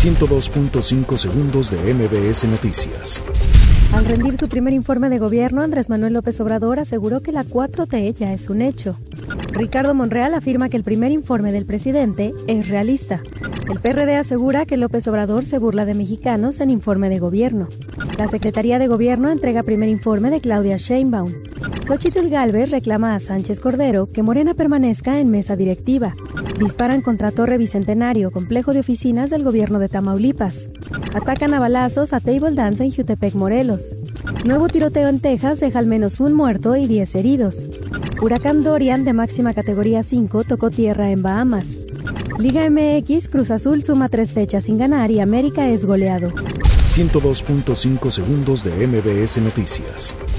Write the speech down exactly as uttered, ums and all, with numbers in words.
ciento dos punto cinco segundos de M B S Noticias. Al rendir su primer informe de gobierno, Andrés Manuel López Obrador aseguró que la cuatro T ya es un hecho. Ricardo Monreal afirma que el primer informe del presidente es realista. El P R D asegura que López Obrador se burla de mexicanos en informe de gobierno. La Secretaría de Gobierno entrega primer informe de Claudia Sheinbaum. Xóchitl Gálvez reclama a Sánchez Cordero que Morena permanezca en mesa directiva. Disparan contra Torre Bicentenario, complejo de oficinas del gobierno de Tamaulipas. Atacan a balazos a Table Dance en Jutepec, Morelos. Nuevo tiroteo en Texas deja al menos un muerto y diez heridos. Huracán Dorian, de máxima categoría cinco, tocó tierra en Bahamas. Liga M X, Cruz Azul suma tres fechas sin ganar y América es goleado. ciento dos punto cinco segundos de M B S Noticias.